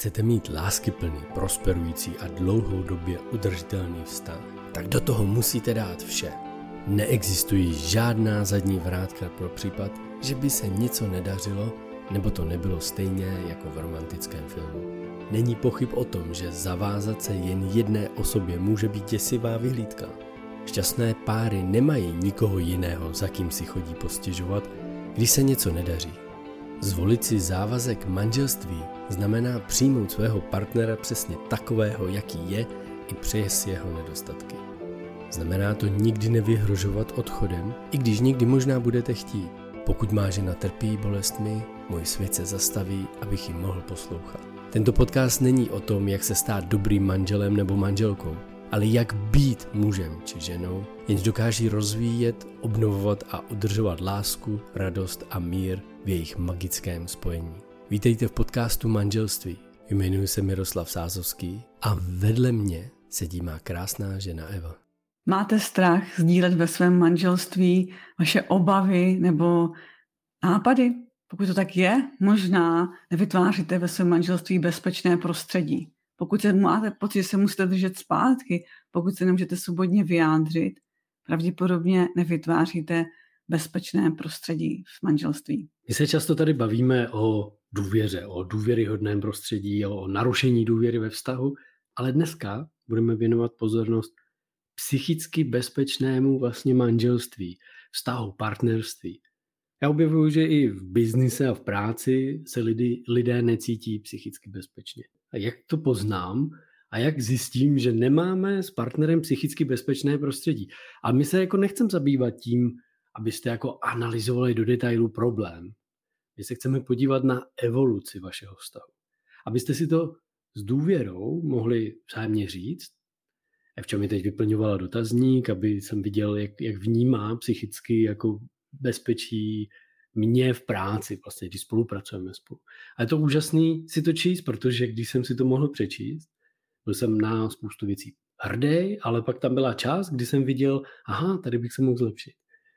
Chcete mít láskyplný, prosperující a dlouhodobě udržitelný vztah, tak do toho musíte dát vše. Neexistují žádná zadní vrátka pro případ, že by se něco nedařilo, nebo to nebylo stejně jako v romantickém filmu. Není pochyb o tom, že zavázat se jen jedné osobě může být děsivá vyhlídka. Šťastné páry nemají nikoho jiného, za kým si chodí postěžovat, když se něco nedaří. Zvolit si závazek manželství znamená přijmout svého partnera přesně takového, jaký je, i přes jeho nedostatky. Znamená to nikdy nevyhrožovat odchodem, i když někdy možná budete chtít. Pokud má žena trpí bolestmi, můj svět se zastaví, abych ji mohl poslouchat. Tento podcast není o tom, jak se stát dobrým manželem nebo manželkou, ale jak být mužem či ženou, jenž dokáží rozvíjet, obnovovat a udržovat lásku, radost a mír v jejich magickém spojení. Vítejte v podcastu Manželství. Jmenuji se Miroslav Sázovský a vedle mě sedí má krásná žena Eva. Máte strach sdílet ve svém manželství vaše obavy nebo nápady? Pokud to tak je, možná nevytváříte ve svém manželství bezpečné prostředí. Pokud se máte pocit, že se musíte držet zpátky, pokud se nemůžete svobodně vyjádřit, pravděpodobně nevytváříte bezpečné prostředí v manželství. My se často tady bavíme o důvěře, o důvěryhodném prostředí, o narušení důvěry ve vztahu, ale dneska budeme věnovat pozornost psychicky bezpečnému vlastně manželství, vztahu, partnerství. Já objevuju, že i v biznise a v práci se lidé necítí psychicky bezpečně. A jak to poznám a jak zjistím, že nemáme s partnerem psychicky bezpečné prostředí. A my se jako nechceme zabývat tím, abyste jako analyzovali do detailu problém. My se chceme podívat na evoluci vašeho vztahu. Abyste si to s důvěrou mohli vzájemně říct. Evča mi teď vyplňovala dotazník, aby jsem viděl, jak vnímá psychicky jako bezpečí mě v práci, vlastně, když spolupracujeme spolu. A je to úžasný si to číst, protože když jsem si to mohl přečíst, byl jsem na spoustu věcí hrdý, ale pak tam byla část, kdy jsem viděl, tady bych se mohl zlepšit.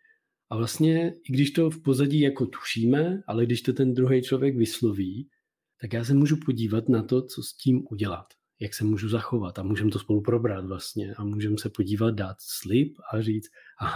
A vlastně, i když to v pozadí jako tušíme, ale když to ten druhý člověk vysloví, tak já se můžu podívat na to, co s tím udělat, jak se můžu zachovat a můžeme to spolu probrat vlastně a můžeme se podívat, dát slib a říct,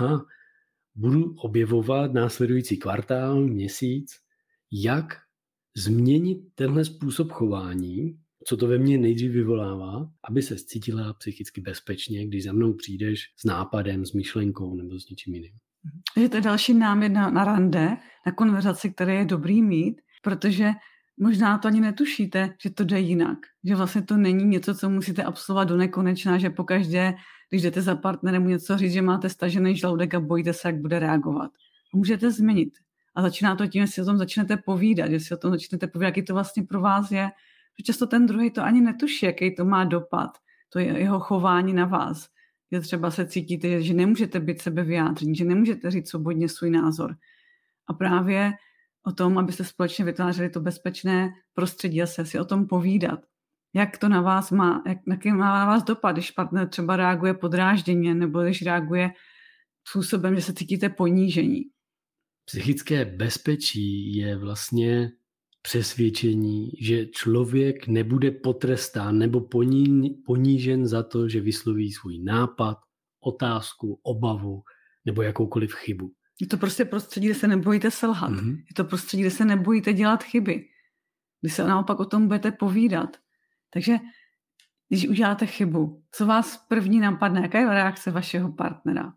budu objevovat následující kvartál, měsíc, jak změnit tenhle způsob chování, co to ve mně nejdřív vyvolává, aby se cítila psychicky bezpečně, když za mnou přijdeš s nápadem, s myšlenkou nebo s něčím jiným. Je to další námět na rande, na konverzaci, které je dobrý mít, protože možná to ani netušíte, že to jde jinak. Že vlastně to není něco, co musíte absolvovat do nekonečna, že pokaždé, když jdete za partnerem něco říct, že máte stažený žaludek a bojíte se, jak bude reagovat. A můžete změnit. A začíná to tím, že si o tom začnete povídat, že si o tom začnete povídat, jaký to vlastně pro vás je. Že často ten druhý to ani netuší, jaký to má dopad, to je jeho chování na vás. Že třeba se cítíte, že nemůžete být sebevyjádření, že nemůžete říct svobodně svůj názor. A právě o tom, abyste společně vytvářeli to bezpečné prostředí a se si o tom povídat. Jak to na vás má, jaký má na vás dopad, když partner třeba reaguje podrážděně nebo když reaguje způsobem, že se cítíte ponížení. Psychické bezpečí je vlastně přesvědčení, že člověk nebude potrestán nebo ponížen za to, že vysloví svůj nápad, otázku, obavu nebo jakoukoliv chybu. Je to prostě prostředí, kde se nebojíte selhat. Je to prostředí, kde se nebojíte dělat chyby. Kdy se naopak o tom budete povídat. Takže když uděláte chybu, co vás první napadne? Jaká je reakce vašeho partnera?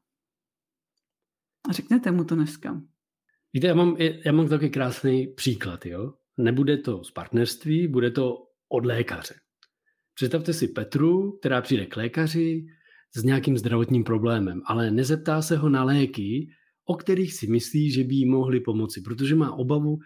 A řekněte mu to dneska. Víte, já mám takový krásný příklad. Jo? Nebude to z partnerství, bude to od lékaře. Představte si Petru, která přijde k lékaři s nějakým zdravotním problémem, ale nezeptá se ho na léky, o kterých si myslí, že by jí mohli pomoci, protože má obavu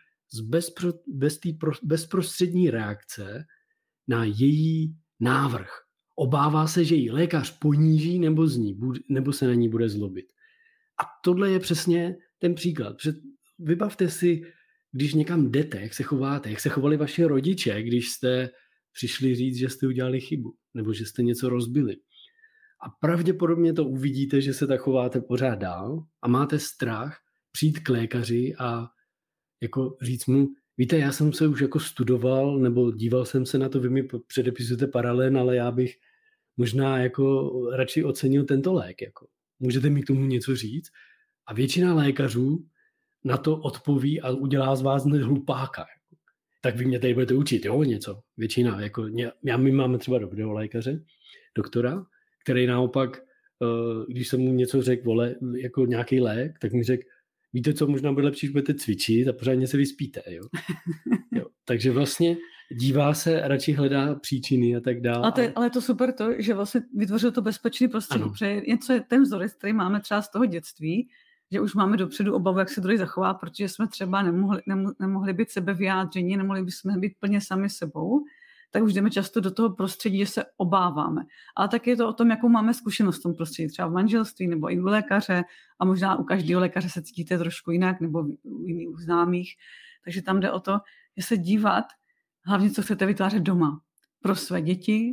z bezprostřední reakce na její návrh. Obává se, že ji lékař poníží nebo se na ní bude zlobit. A tohle je přesně ten příklad. Vybavte si, když někam jdete, jak se chováte, jak se chovali vaši rodiče, když jste přišli říct, že jste udělali chybu nebo že jste něco rozbili. A pravděpodobně to uvidíte, že se tak chováte pořád dál a máte strach přijít k lékaři a jako říct mu, Víte, já jsem se už jako studoval, nebo díval jsem se na to, vy mi předepisujete paralen, ale já bych možná jako radši ocenil tento lék. Jako. Můžete mi k tomu něco říct? A většina lékařů na to odpoví a udělá z vás hlupáka. Jako. Tak vy mě tady budete učit, jo, něco. Většina, jako, my máme třeba dobrého lékaře, doktora, který naopak, když jsem mu něco řekl, jako nějaký lék, tak mi řekl, víte co, možná bude lepší, že budete cvičit a pořádně se vyspíte. Jo? Jo. Takže vlastně dívá se, radši hledá příčiny a tak dále. Ale je to super to, že vlastně vytvořil to bezpečný prostředí. Protože něco je ten vzorec, který máme třeba z toho dětství, že už máme dopředu obavu, jak se druhý zachová, protože jsme třeba nemohli být sebevyjádření, nemohli bychom být plně sami sebou, tak už jdeme často do toho prostředí, že se obáváme. Ale tak je to o tom, jakou máme zkušenost v tom prostředí, třeba v manželství nebo i u lékaře, a možná u každého lékaře se cítíte trošku jinak, nebo u jiných známých. Takže tam jde o to, že se dívat, hlavně co chcete vytvářet doma. Pro své děti,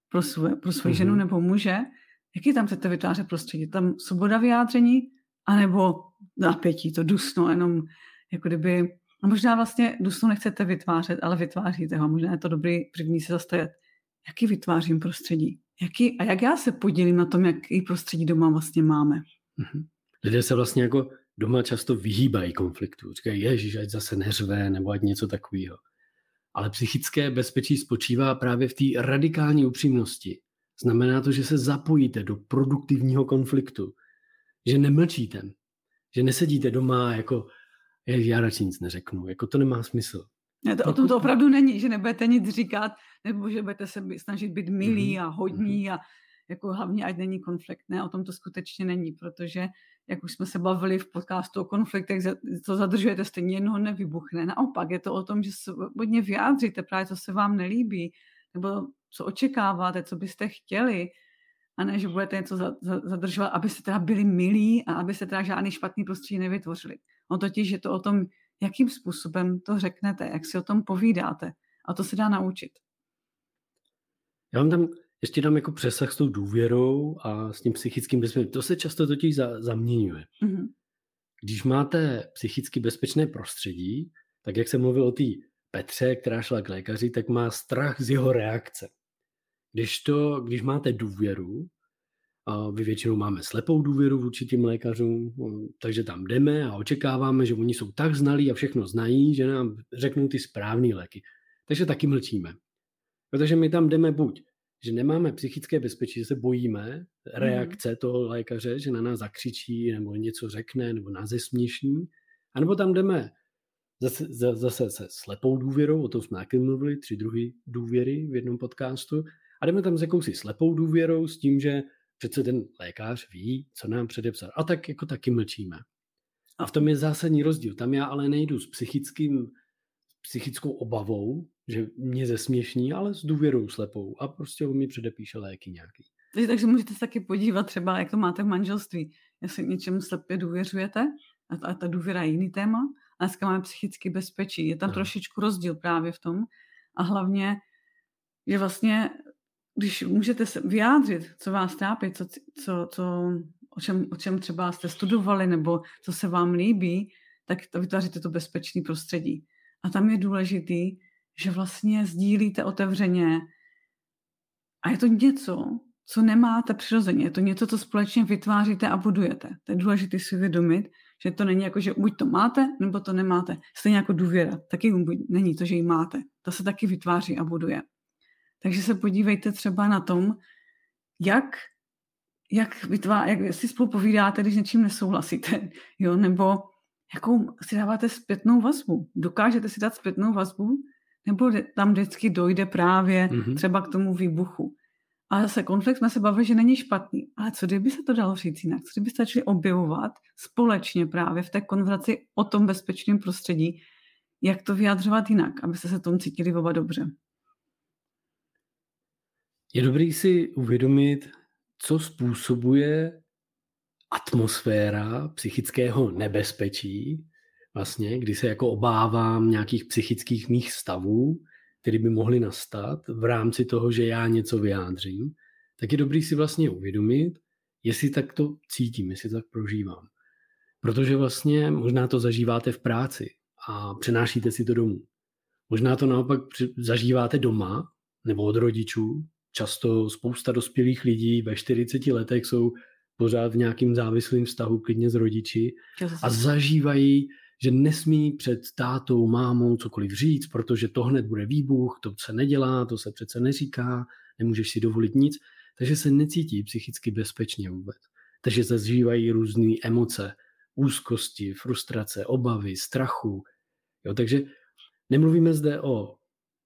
pro svoji ženu nebo muže, jaký tam chcete vytvářet prostředí. Tam svoboda vyjádření, anebo napětí, to dusno, jenom jako kdyby. A možná vlastně dusno nechcete vytvářet, ale vytváříte ho. Možná je to dobrý první se zastavit. Jaký vytvářím prostředí? A jak já se podílím na tom, jaký prostředí doma vlastně máme? Lidé se vlastně jako doma často vyhýbají konfliktu. Říkají, ježiš, ať zase neřve, nebo ať něco takového. Ale psychické bezpečí spočívá právě v té radikální upřímnosti. Znamená to, že se zapojíte do produktivního konfliktu. Že nemlčíte. Že nesedíte doma jako já radši nic neřeknu. Jako to nemá smysl. O tom to opravdu není, že nebudete nic říkat, nebo že budete se snažit být milí a hodní a jako hlavně, ať není konflikt. Ne, o tom to skutečně není, protože jak už jsme se bavili v podcastu o konfliktech, to zadržujete, stejně jednoho nevybuchne. Naopak je to o tom, že se hodně vyjádříte právě, co se vám nelíbí, nebo co očekáváte, co byste chtěli, a ne, že budete něco zadržovat, abyste teda byli milí a abyste teda žádný špatný prostředí nevytvořili. No totiž je to o tom, jakým způsobem to řeknete, jak si o tom povídáte. A to se dá naučit. Já vám tam ještě dám jako přesah s tou důvěrou a s tím psychickým bezpečím. To se často totiž zaměňuje. Když máte psychicky bezpečné prostředí, tak jak jsem mluvil o té Petře, která šla k lékaři, tak má strach z jeho reakce. Když máte důvěru, a vy většinou máme slepou důvěru vůči těm lékařům, takže tam jdeme a očekáváme, že oni jsou tak znalí a všechno znají, že nám řeknou ty správné léky. Takže taky mlčíme. Protože my tam jdeme buď, že nemáme psychické bezpečí, že se bojíme reakce toho lékaře, že na nás zakřičí nebo něco řekne nebo nás zesměšní, anebo tam jdeme zase se slepou důvěrou, o tom jsme taky mluvili, 3 druhy důvěry v jednom podcastu, a jdeme tam s jakousi slepou důvěrou s tím, že přece ten lékař ví, co nám předepsal. A tak jako taky mlčíme. A v tom je zásadní rozdíl. Tam já ale nejdu s psychickou obavou, že mě zesměšní, ale s důvěrou slepou. A prostě on mi předepíše léky nějaký. Takže můžete se taky podívat třeba, jak to máte v manželství. Jestli něčemu slepě důvěřujete, a ta důvěra je jiný téma, a dneska máme psychický bezpečí. Je tam trošičku rozdíl právě v tom. A hlavně, že vlastně když můžete se vyjádřit, co vás trápí, o čem třeba jste studovali nebo co se vám líbí, tak to vytváříte to bezpečné prostředí. A tam je důležitý, že vlastně sdílíte otevřeně a je to něco, co nemáte přirozeně. Je to něco, co společně vytváříte a budujete. To je důležité si uvědomit, že to není jako, že buď to máte, nebo to nemáte. Stejně jako důvěra. Taky není to, že ji máte. To se taky vytváří a buduje. Takže se podívejte třeba na tom, jak si spolu povídáte, když něčím nesouhlasíte, jo? Nebo jakou si dáváte zpětnou vazbu. Dokážete si dát zpětnou vazbu, nebo tam vždycky dojde právě třeba k tomu výbuchu. A zase konflikt jsme se bavili, že není špatný. Ale co kdyby se to dalo říct jinak? Co kdyby se začali objevovat společně právě v té konverzaci o tom bezpečném prostředí, jak to vyjadřovat jinak, abyste se tomu cítili oba dobře. Je dobrý si uvědomit, co způsobuje atmosféra psychického nebezpečí, vlastně, kdy se jako obávám nějakých psychických mých stavů, které by mohly nastat v rámci toho, že já něco vyjádřím, tak je dobrý si vlastně uvědomit, jestli tak to cítím, jestli tak prožívám. Protože vlastně možná to zažíváte v práci a přenášíte si to domů. Možná to naopak zažíváte doma nebo od rodičů. Často spousta dospělých lidí ve 40 letech jsou pořád v nějakým závislým vztahu, klidně s rodiči, a zažívají, že nesmí před tátou, mámou cokoliv říct, protože to hned bude výbuch, to se nedělá, to se přece neříká, nemůžeš si dovolit nic, takže se necítí psychicky bezpečně vůbec. Takže zažívají různé emoce, úzkosti, frustrace, obavy, strachu. Jo, takže nemluvíme zde o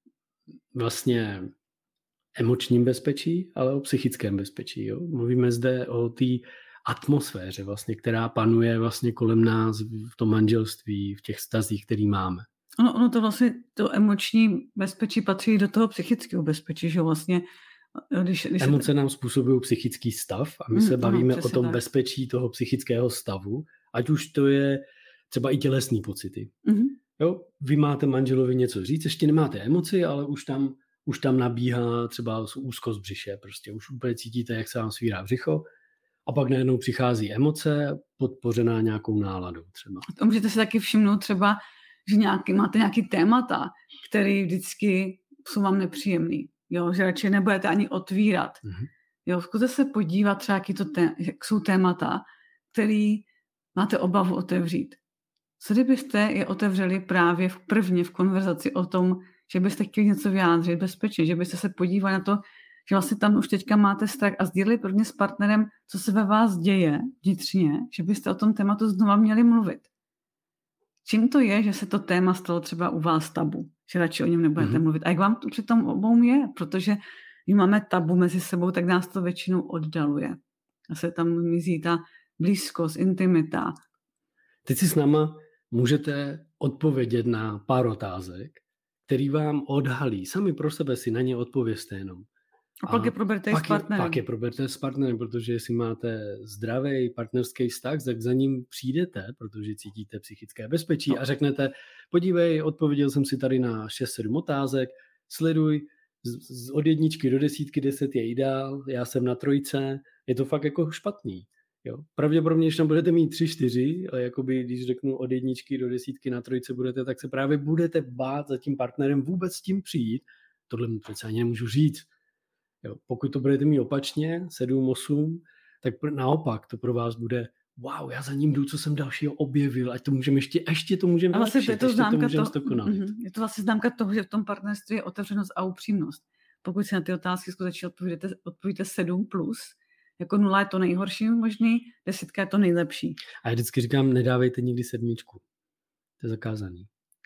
vlastně emočním bezpečí, ale o psychickém bezpečí. Jo? Mluvíme zde o té atmosféře, vlastně, která panuje vlastně kolem nás v tom manželství, v těch vztazích, který máme. Ono to vlastně, to emoční bezpečí patří do toho psychického bezpečí, že vlastně když emoce nám způsobují psychický stav a my se bavíme o tom bezpečí toho psychického stavu, ať už to je třeba i tělesný pocity. Jo? Vy máte manželovi něco říct, ještě nemáte emoci, ale už tam nabíhá třeba úzkost břiše, prostě už úplně cítíte, jak se vám svírá břicho, a pak najednou přichází emoce podpořená nějakou náladou třeba. To můžete si taky všimnout třeba, že máte nějaký témata, které vždycky jsou vám nepříjemný. Jo, že radši nebudete ani otvírat. Jo, zkuste se podívat třeba, jak jsou témata, které máte obavu otevřít. Co kdybyste je otevřeli právě prvně v konverzaci o tom, že byste chtěli něco vyjádřit bezpečně, že byste se podívali na to, že vlastně tam už teďka máte strach a sdělili prvně s partnerem, co se ve vás děje vnitřně, že byste o tom tématu znova měli mluvit. Čím to je, že se to téma stalo třeba u vás tabu, že radši o něm nebudete mluvit? A jak vám to přitom obou je? Protože my máme tabu mezi sebou, tak nás to většinou oddaluje. A se tam mizí ta blízkost, intimita. Teď si s náma můžete odpovědět na pár otázek, který vám odhalí. Sami pro sebe si na ně odpovězte jenom. A pak je proberte s partnerem. Pak je proberte s partnerem, protože jestli máte zdravý partnerský vztah, tak za ním přijdete, protože cítíte psychické bezpečí a řeknete, podívej, odpověděl jsem si tady na 6-7 otázek, sleduj, od 1 do 10, 10 je ideál, já jsem na 3, je to fakt jako špatný. Jo? Pravděpodobně, když tam budete mít 3-4, a jakoby, když řeknu od 1 do 10 na 3 budete, tak se právě budete bát za tím partnerem vůbec s tím přijít. Tohle mu přece ani nemůžu říct. Jo? Pokud to budete mít opačně, 7-8, tak naopak to pro vás bude wow, já za ním jdu, co jsem dalšího objevil, ať to můžeme ještě to můžeme vlastně je to vlastně známka toho, že v tom partnerství je otevřenost a upřímnost. Pokud si na ty otázky skutečně odpovíte 7+, jako 0 je to nejhorší možný, 10 je to nejlepší. A já vždycky říkám, nedávejte nikdy 7. To je zakázaný.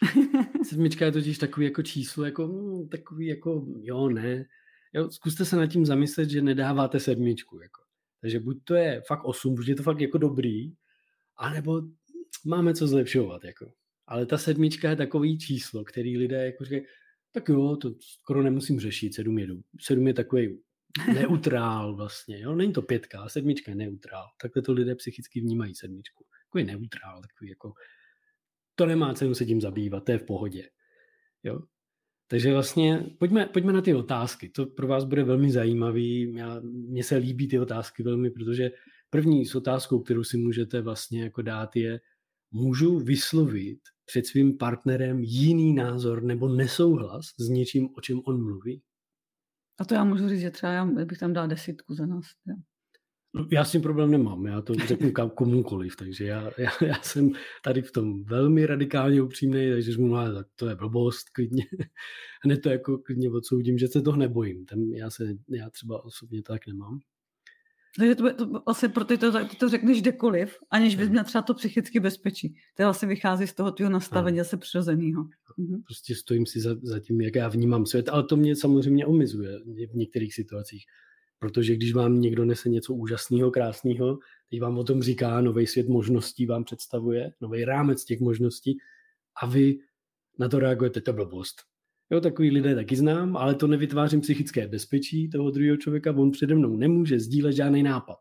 7 je totiž takový jako číslo, jako takový jako jo, ne. Jo, zkuste se nad tím zamyslet, že nedáváte 7. Jako. Takže buď to je fakt 8, buď je to fakt jako dobrý, anebo máme co zlepšovat. Jako. Ale ta 7 je takový číslo, který lidé jako říkají, tak jo, to skoro nemusím řešit, 7 jedu. 7 je takový neutrál vlastně, jo? Není to 5, 7 je neutrál. Takhle to lidé psychicky vnímají 7. Takový neutrál, takový jako, to nemá cenu se tím zabývat, to je v pohodě. Jo? Takže vlastně pojďme na ty otázky. To pro vás bude velmi zajímavý. Mně se líbí ty otázky velmi, protože první s otázkou, kterou si můžete vlastně jako dát je, můžu vyslovit před svým partnerem jiný názor nebo nesouhlas s něčím, o čem on mluví? A to já můžu říct, že třeba já bych tam dal 10 za nás. Ja. No, já s tím problém nemám, já to řeknu komukoliv, takže já jsem tady v tom velmi radikálně upřímnej, takže mu tak to je blbost, klidně. Hned to jako klidně odsoudím, že se toho nebojím. Já třeba osobně tak nemám. Takže to vlastně pro ty to řekneš kdekoliv, aniž bys měl třeba to psychické bezpečí. To vlastně vychází z toho tvýho nastavení zase přirozenýho. Prostě stojím si za tím, jak já vnímám svět, ale to mě samozřejmě omezuje v některých situacích. Protože když vám někdo nese něco úžasného, krásného, teď vám o tom říká, nový svět možností vám představuje, nový rámec těch možností a vy na to reagujete, to je blbost. Jo, takový lidé taky znám, ale to nevytvářím psychické bezpečí toho druhého člověka, on přede mnou nemůže sdílet žádný nápad.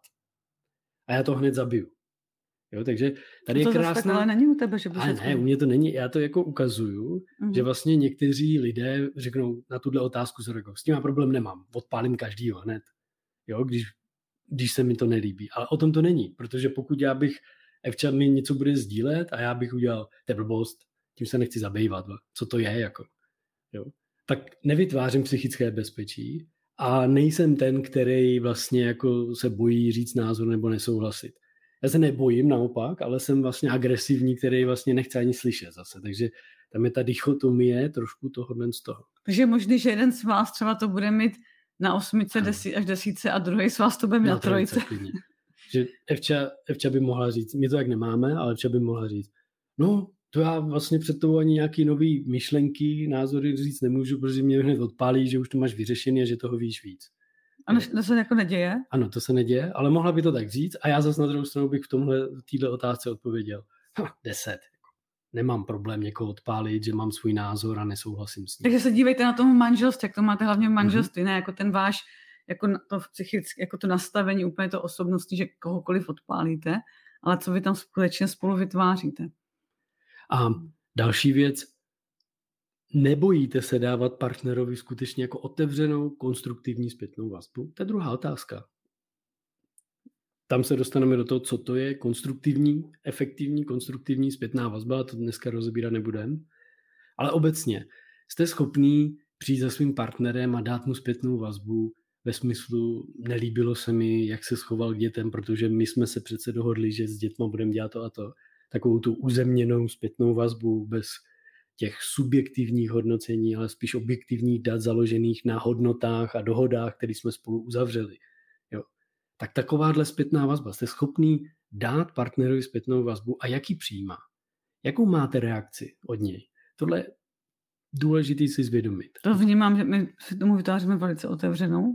A já to hned zabiju. Jo, takže tady je krásná... Ale není u tebe, že Ale ne, u mě to není. Já to jako ukazuju, že vlastně někteří lidé řeknou na tuhle otázku, s tím já problém nemám, odpálím každýho hned. Jo, když se mi to nelíbí. Ale o tom to není, protože pokud já bych, Evča mi něco bude sdílet a já bych udělal, to je blbost, tím se nechci zabývat, co to je, jako. Jo? Tak nevytvářím psychické bezpečí a nejsem ten, který vlastně jako se bojí říct názor nebo nesouhlasit. Já se nebojím naopak, ale jsem vlastně agresivní, který vlastně nechce ani slyšet zase. Takže tam je ta dichotomie trošku tohohle z toho. Takže je možný, že jeden z vás třeba to bude mít na 8 až 10 a druhý z vás to bude mít na 3. Že Evča by mohla říct, my to jak nemáme, ale Evča by mohla říct, no to já vlastně před tou ani nějaký nový myšlenky, názory říct nemůžu, protože mě hned odpálí, že už to máš vyřešený a že toho víš víc. Ano, to se jako neděje? Ano, to se neděje, ale mohla by to tak říct a já zase na druhou stranu bych v této otázce odpověděl. 10. Nemám problém někoho odpálit, že mám svůj názor a nesouhlasím s ním. Takže se dívejte na tom manželství, jak to máte hlavně v manželství, ne jako ten váš, jako to psychické, jako to nastavení úplně to osobností, že kohokoliv odpálíte, ale co vy tam skutečně spolu vytváříte. A další věc, nebojíte se dávat partnerovi skutečně jako otevřenou, konstruktivní zpětnou vazbu? To je druhá otázka. Tam se dostaneme do toho, co to je konstruktivní, efektivní, konstruktivní zpětná vazba, to dneska rozebírat nebudeme. Ale obecně jste schopný přijít za svým partnerem a dát mu zpětnou vazbu ve smyslu, nelíbilo se mi, jak se schoval k dětem, protože my jsme se přece dohodli, že s dětma budeme dělat to a to. Takovou tu uzemněnou zpětnou vazbu bez těch subjektivních hodnocení, ale spíš objektivních dat založených na hodnotách a dohodách, které jsme spolu uzavřeli. Jo. Tak takováhle zpětná vazba, jste schopný dát partnerovi zpětnou vazbu a jaký přijímá? Jakou máte reakci od něj? Tohle je důležitý si zvědomit. To vnímám, že my si tomu vytváříme velice otevřenou.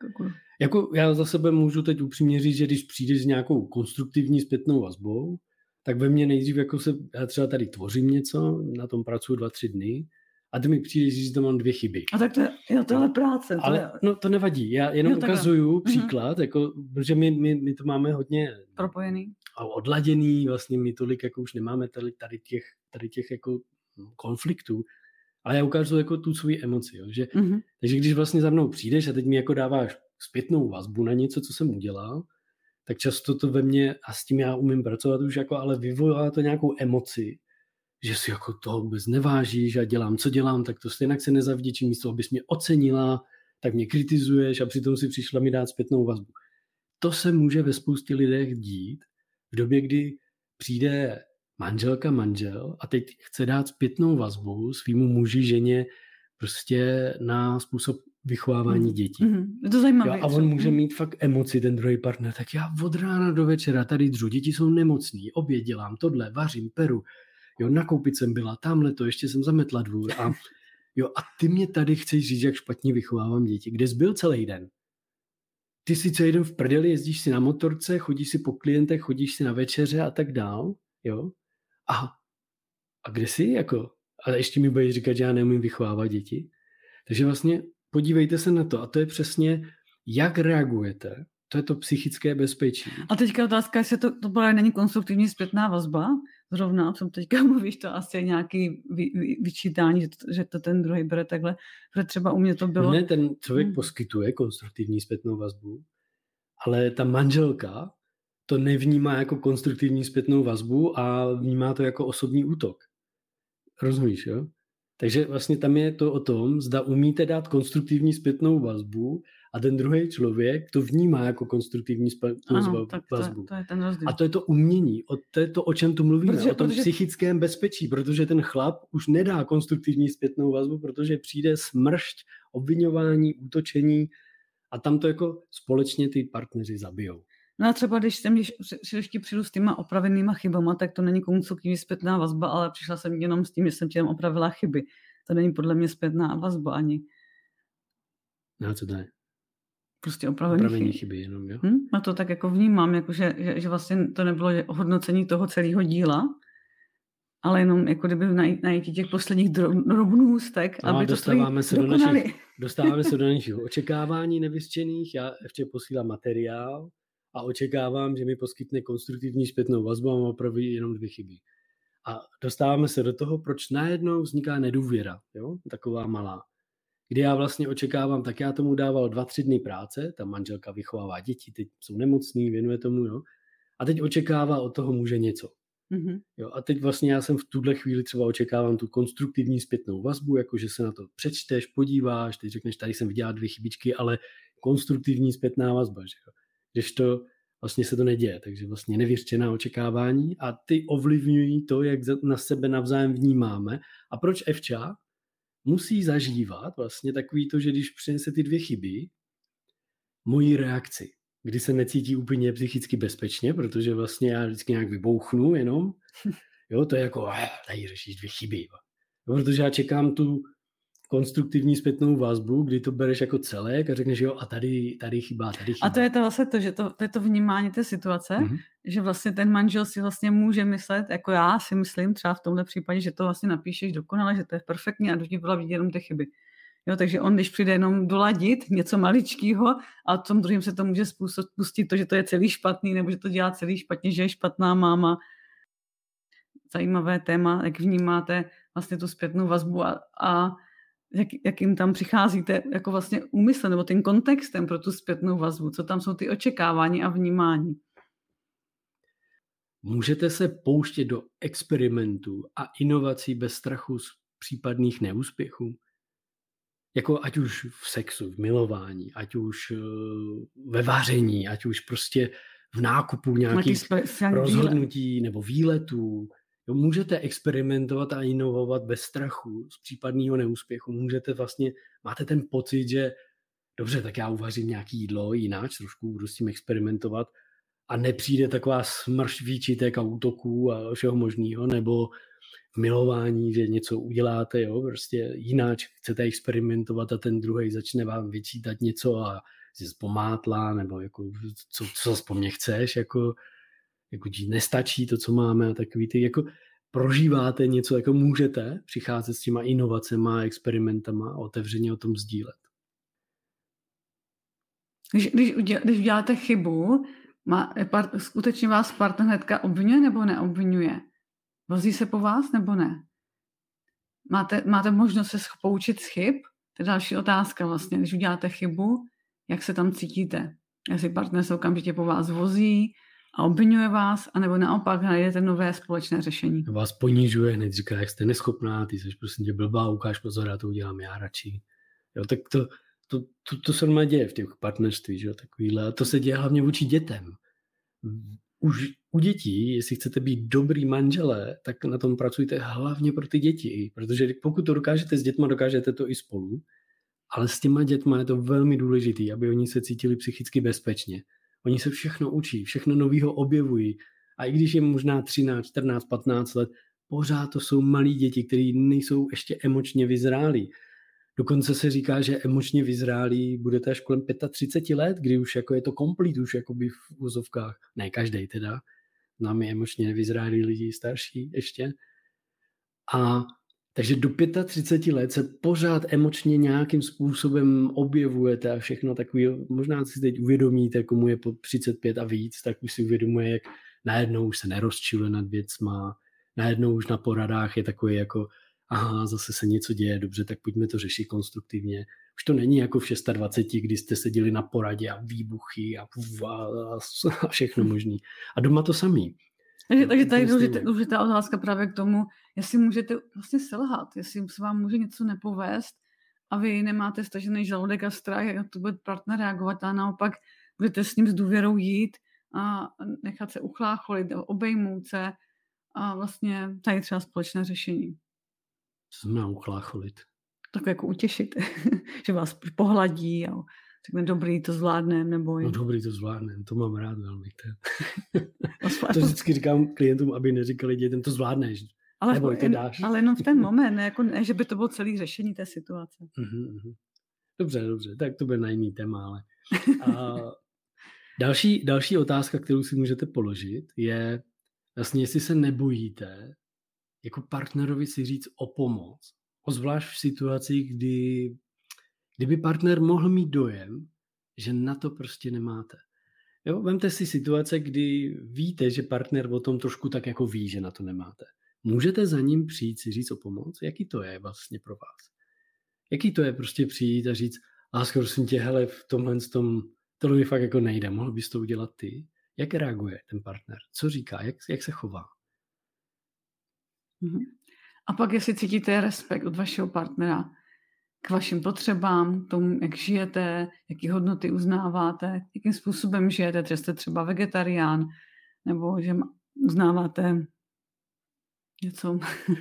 Jako já za sebe můžu teď upřímně říct, že když přijdeš s nějakou konstruktivní zpětnou vazbou, tak ve mně nejdřív jako já třeba tady tvořím něco, na tom pracuji 2-3 dny a ty mi přijdeš, že tam mám 2 chyby. A tak tohle práce. Ale no, to nevadí, já jenom ukazuju příklad, jako, protože my to máme hodně propojený a odladěný, vlastně my tolik jako už nemáme tady těch jako konfliktů, ale já ukážu jako tu svoji emoci. Jo, že, takže když vlastně za mnou přijdeš a teď mi jako dáváš zpětnou vazbu na něco, co jsem udělal, tak často to ve mně, a s tím já umím pracovat už jako, ale vyvolá to nějakou emoci, že si jako toho vůbec nevážíš a dělám, co dělám, tak to stejně se nezavděčím, místo abys mě ocenila, tak mě kritizuješ a přitom si přišla mi dát zpětnou vazbu. To se může ve spoustě lidech dít v době, kdy přijde manželka, manžel a teď chce dát zpětnou vazbu svýmu muži, ženě prostě na způsob vychovávání dětí. Je to zajímavé. A on může mít fakt emoci, ten druhý partner, tak já od rána do večera tady dřu, děti jsou nemocný, oběd dělám, tohle, vařím, peru, jo, nakoupit jsem byla, tamhle to, ještě jsem zametla dvůr a ty mě tady chceš říct, jak špatně vychovávám děti. Kde jsi byl celý den? Ty si celý den v prdeli, jezdíš si na motorce, chodíš si po klientech, chodíš si na večeře a tak dál, jo? A kde jsi, jako? A ještě mi budeš říkat, že já neumím vychovávat děti. Takže vlastně podívejte se na to a to je přesně, jak reagujete. To je to psychické bezpečí. A teďka otázka, jestli to právě není konstruktivní zpětná vazba. Zrovna, o čem teďka mluvíš, to asi je nějaký vyčítání, že to ten druhý bere takhle. Protože třeba u mě to bylo... Ne, ten člověk poskytuje konstruktivní zpětnou vazbu, ale ta manželka to nevnímá jako konstruktivní zpětnou vazbu a vnímá to jako osobní útok. Rozumíš, jo? Takže vlastně tam je to o tom, zda umíte dát konstruktivní zpětnou vazbu a ten druhý člověk to vnímá jako konstruktivní zpětnou vazbu. To je ten rozdíl. A to je to umění, to je to, o čem tu mluvíme, o tom psychickém bezpečí, protože ten chlap už nedá konstruktivní zpětnou vazbu, protože přijde smršť, obviňování, útočení a tam to jako společně ty partneři zabijou. No a třeba když ti přijdu s těma opravenýma chybama, tak to není konstruktivní zpětná vazba, ale přišla jsem jenom s tím, že jsem ti opravila chyby. To není podle mě zpětná vazba ani. No co to je? Prostě opravený chyby jenom, jo? A to tak jako vnímám, jako že vlastně to nebylo hodnocení toho celého díla, ale jenom jako kdyby najít těch posledních drobnůstek, aby to dostáváme se do našich očekávání nevyřčených. Já ještě posílám materiál a očekávám, že mi poskytne konstruktivní zpětnou vazbu a opraví jenom 2 chyby. A dostáváme se do toho, proč najednou vzniká nedůvěra, jo? Taková malá. Kdy já vlastně očekávám, tak já tomu dával 2-3 dny práce, ta manželka vychovává děti, teď jsou nemocný, věnuje tomu, jo? A teď očekává od toho muže něco. Jo, a teď vlastně já jsem v tuhle chvíli třeba očekávám tu konstruktivní zpětnou vazbu, jako že se na to přečteš, podíváš, teď řekneš, tady jsem viděla 2 chybičky, ale konstruktivní zpětná vazba, že jo. Kdežto vlastně se to neděje, takže vlastně nevyřčená očekávání a ty ovlivňují to, jak na sebe navzájem vnímáme. A proč Evča musí zažívat vlastně takový to, že když přinese ty 2 chyby, moji reakci, kdy se necítí úplně psychicky bezpečně, protože vlastně já vždycky nějak vybouchnu jenom, jo, to je jako, tady řešíš 2 chyby, jo, protože já čekám tu konstruktivní zpětnou vazbu, kdy to bereš jako celek a řekneš, jo, a tady chyba. A to je to vlastně to, že to je to vnímání té situace, že vlastně ten manžel si vlastně může myslet, jako já si myslím třeba v tomhle případě, že to vlastně napíšeš dokonale, že to je perfektní a do ní byla vidět jenom ty chyby. Jo, takže on, když přijde jenom doladit něco maličkýho a v tom druhém se to může pustit to, že to je celý špatný, nebo že to dělá celý špatně, že je špatná máma. Zajímavé téma, jak vnímáte vlastně tu zpětnou vazbu a jakým tam přicházíte jako vlastně úmyslem nebo tím kontextem pro tu zpětnou vazbu, co tam jsou ty očekávání a vnímání. Můžete se pouštět do experimentů a inovací bez strachu z případných neúspěchů? Jako ať už v sexu, v milování, ať už ve vaření, ať už prostě v nákupu nějakých rozhodnutí nebo výletů. Jo, můžete experimentovat a inovovat bez strachu z případného neúspěchu. Máte ten pocit, že dobře, tak já uvařím nějaký jídlo jináč, trošku budu s tím experimentovat a nepřijde taková smršť výčitek a útoků a všeho možného, nebo v milování, že něco uděláte, jo, prostě jináč chcete experimentovat a ten druhej začne vám vyčítat něco a jsi pomátla, nebo jako, co po mně chceš, jako ti nestačí to, co máme a takový ty, jako prožíváte něco, jako můžete přicházet s těma inovacema, experimentama a otevřeně o tom sdílet. Když uděláte chybu, skutečně vás partner hnedka obvinuje nebo neobvinuje? Vozí se po vás nebo ne? Máte možnost se poučit z chyb? To je další otázka vlastně. Když uděláte chybu, jak se tam cítíte? Jestli partner se okamžitě po vás vozí a obvinuje vás, anebo naopak najdete nové společné řešení. Vás ponižuje, hned říká, jak jste neschopná, ty jsi prostě tě blbá, ukáž pozor, já to udělám já radši. Jo, tak to se normálně děje v těch partnerství, že jo, takovýhle. A to se děje hlavně vůči dětem. Už u dětí, jestli chcete být dobrý manželé, tak na tom pracujte hlavně pro ty děti, protože pokud to dokážete s dětma, dokážete to i spolu, ale s těma dětma je to velmi důležité, aby oni se cítili psychicky bezpečně. Oni se všechno učí, všechno novýho objevují a i když je možná 13, 14, 15 let, pořád to jsou malí děti, kteří nejsou ještě emočně vyzrálí. Dokonce se říká, že emočně vyzrálí budete až kolem 35 let, kdy už jako je to komplet, už jakoby v úzovkách. Ne každej teda, znám je emočně nevyzrálí lidi starší ještě. A takže do 35 let se pořád emočně nějakým způsobem objevujete a všechno takový, možná si teď uvědomíte, komu je po 35 a víc, tak už si uvědomuje, jak najednou už se nerozčiluje nad věcma, najednou už na poradách je takový jako aha, zase se něco děje, dobře, tak pojďme to řešit konstruktivně. Už to není jako v 26, kdy jste seděli na poradě a výbuchy a všechno možný. A doma to samý. Takže tady je důležitá otázka právě k tomu, jestli můžete vlastně selhat, jestli se vám může něco nepovést a vy nemáte stažený žaludek a strach, jak to bude partner reagovat a naopak budete s ním s důvěrou jít a nechat se uchlácholit, obejmout se a vlastně tady třeba společné řešení. Co znamená uchlácholit? Tak jako utěšit, že vás pohladí a řekne dobrý, to zvládnem, nebo... No dobrý, to zvládnem, to mám rád velmi. To vždycky říkám klientům, aby neříkali dětem, to zvládneš, nebo to dáš. Ale jenom v ten moment, ne, že by to bylo celé řešení té situace. Dobře, tak to bude na jiný téma, ale... A další otázka, kterou si můžete položit, je vlastně, jestli se nebojíte jako partnerovi si říct o pomoc, zvlášť v situaci, kdyby partner mohl mít dojem, že na to prostě nemáte. Jo, vemte si situace, kdy víte, že partner o tom trošku tak jako ví, že na to nemáte. Můžete za ním přijít si říct o pomoc? Jaký to je vlastně pro vás? Jaký to je prostě přijít a říct, lásko, prosím tě, hele, v tohle mi fakt jako nejde, mohl bys to udělat ty? Jak reaguje ten partner? Co říká? Jak se chová? A pak jestli cítíte respekt od vašeho partnera k vašim potřebám, k tomu, jak žijete, jaké hodnoty uznáváte, jakým způsobem žijete, že jste třeba vegetarián, nebo že uznáváte něco.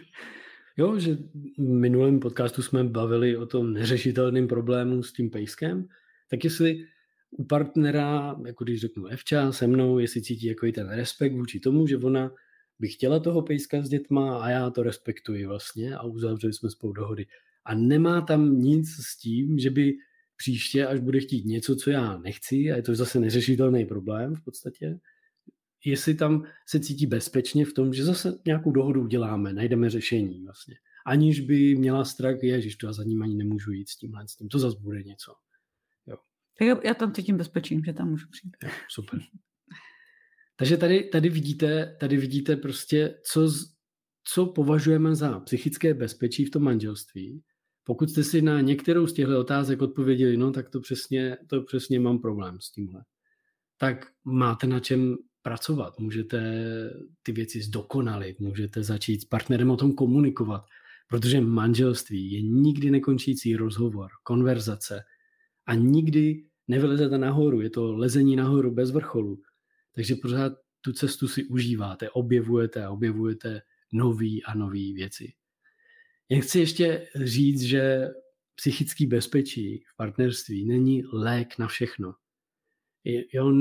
Jo, že v minulém podcastu jsme bavili o tom neřešitelném problému s tím pejskem, tak jestli u partnera, jako když řeknu Evča se mnou, jestli cítí jako ten respekt vůči tomu, že ona by chtěla toho pejska s dětma a já to respektuji vlastně a uzavřeli jsme spolu dohody. A nemá tam nic s tím, že by příště, až bude chtít něco, co já nechci, a je to zase neřešitelný problém v podstatě, jestli tam se cítí bezpečně v tom, že zase nějakou dohodu uděláme, najdeme řešení vlastně. Aniž by měla strach, ježiš, to já za ním ani nemůžu jít s tímhle, s tím, to zase bude něco. Jo. Já tam cítím bezpečím, že tam můžu přijít. Jo, super. Takže tady vidíte prostě, co považujeme za psychické bezpečí v tom manželství. Pokud jste si na některou z těchto otázek odpověděli, no tak to přesně mám problém s tímhle. Tak máte na čem pracovat, můžete ty věci zdokonalit, můžete začít s partnerem o tom komunikovat, protože manželství je nikdy nekončící rozhovor, konverzace a nikdy nevylezete nahoru, je to lezení nahoru bez vrcholu. Takže pořád tu cestu si užíváte, objevujete nový a nový věci. Jen chci ještě říct, že psychické bezpečí v partnerství není lék na všechno. Jo,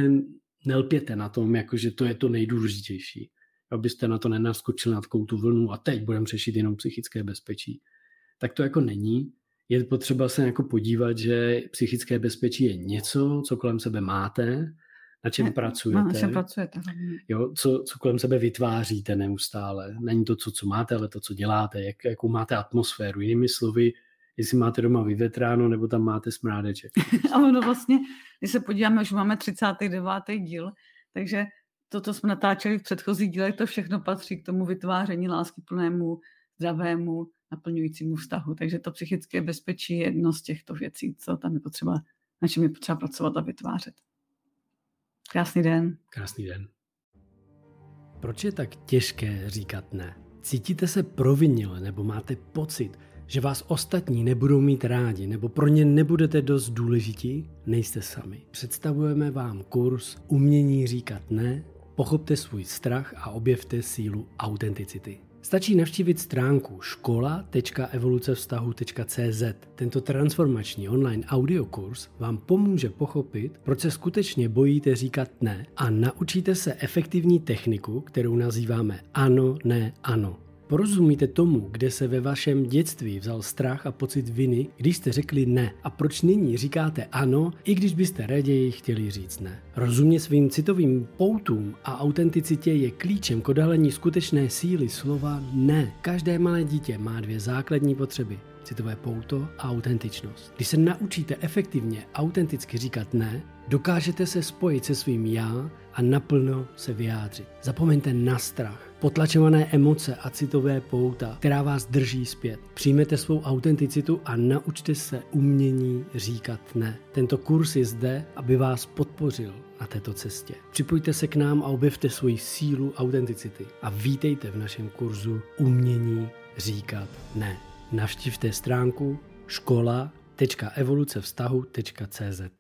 nelpěte na tom, jakože to je to nejdůležitější. Abyste na to nenaskočili na takovou tu vlnu a teď budeme řešit jenom psychické bezpečí. Tak to jako není. Je potřeba se jako podívat, že psychické bezpečí je něco, co kolem sebe máte, na čem pracujete. Jo, co kolem sebe vytváříte neustále. Není to, co máte, ale to, co děláte, jakou máte atmosféru. Jinými slovy, jestli máte doma vyvetráno, nebo tam máte smrádeček. Ale no vlastně, když se podíváme, už máme 39. díl, takže to, co jsme natáčeli v předchozích dílech, to všechno patří k tomu vytváření láskyplnému, zdravému, naplňujícímu vztahu. Takže to psychické bezpečí je jedno z těchto věcí, co tam je potřeba, na čem je potřeba pracovat a vytvářet. Krásný den. Krásný den. Proč je tak těžké říkat ne? Cítíte se provinile nebo máte pocit, že vás ostatní nebudou mít rádi nebo pro ně nebudete dost důležití? Nejste sami. Představujeme vám kurz Umění říkat ne, pochopte svůj strach a objevte sílu autenticity. Stačí navštívit stránku škola.evolucevztahu.cz. Tento transformační online audiokurs vám pomůže pochopit, proč se skutečně bojíte říkat ne a naučíte se efektivní techniku, kterou nazýváme ano, ne, ano. Porozumíte tomu, kde se ve vašem dětství vzal strach a pocit viny, když jste řekli ne a proč nyní říkáte ano, i když byste raději chtěli říct ne. Rozumět svým citovým poutům a autenticitě je klíčem k odhalení skutečné síly slova ne. Každé malé dítě má 2 základní potřeby. Citové pouto a autentičnost. Když se naučíte efektivně autenticky říkat ne, dokážete se spojit se svým já a naplno se vyjádřit. Zapomeňte na strach, potlačované emoce a citové pouta, která vás drží zpět. Přijměte svou autenticitu a naučte se umění říkat ne. Tento kurz je zde, aby vás podpořil na této cestě. Připojte se k nám a objevte svoji sílu autenticity a vítejte v našem kurzu Umění říkat ne. Navštivte stránku škola.evolucevztahu.cz.